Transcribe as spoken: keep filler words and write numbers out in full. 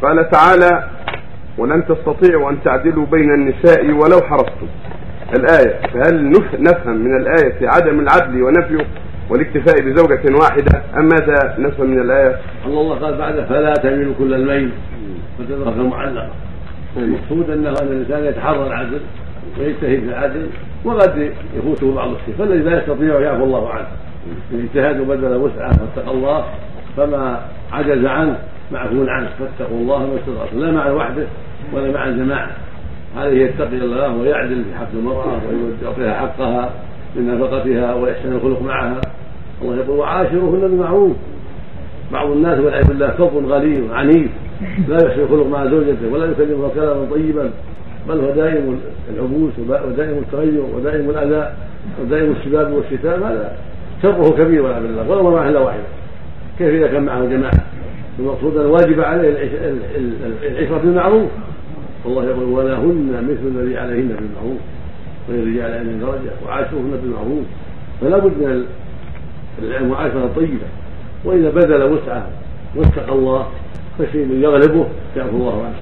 قال تعالى: ولن تستطيعوا أن تعدلوا بين النساء ولو حرصتم. الآية، فهل نفهم من الآية عدم العدل ونفيه والاكتفاء بزوجة واحدة، أم ماذا نفهم من الآية؟ الله قال بعد: فلا تميلوا كل الميل فتذرك المعلقة. المقصود أنه أن الإنسان يتحرى العدل ويجتهد في العدل، وقد يفوته بعض الشيء، فالذي لا يستطيع يعفو الله عنه الاجتهاد وبذل وسعه واتقى الله، فما عجز عنه معفو عنه، فاتقوا الله ما استطعتم، لا مع وحده ولا مع الجماعة. عليه يتقي الله ويعدل في حق المرأة ويعطيها حقها من نفقتها ويحسن الخلق معها. الله يقول: وعاشروهن بالمعروف. بعض الناس والعياذ بالله كظ غليظ عنيف لا يحسن الخلق مع زوجته ولا يكلمها كلاما طيبا، بل هو دائم العبوس ودائم التغير ودائم الاذى ودائم السباب والشتام. هذا شره كبير والعياذ بالله، ولا معه الا واحده، كيف اذا كان معه جماعه؟ المقصود ان الواجب عليه العشره بالمعروف. الله يقول: ولهن مثل الذي عليهن بالمعروف وللرجال عليهن درجه وعاشروهن بالمعروف. فلا بد من المعاشره الطيبه، واذا بذل وسعه واتقى الله فشيء يغلبه يعفو الله عنه.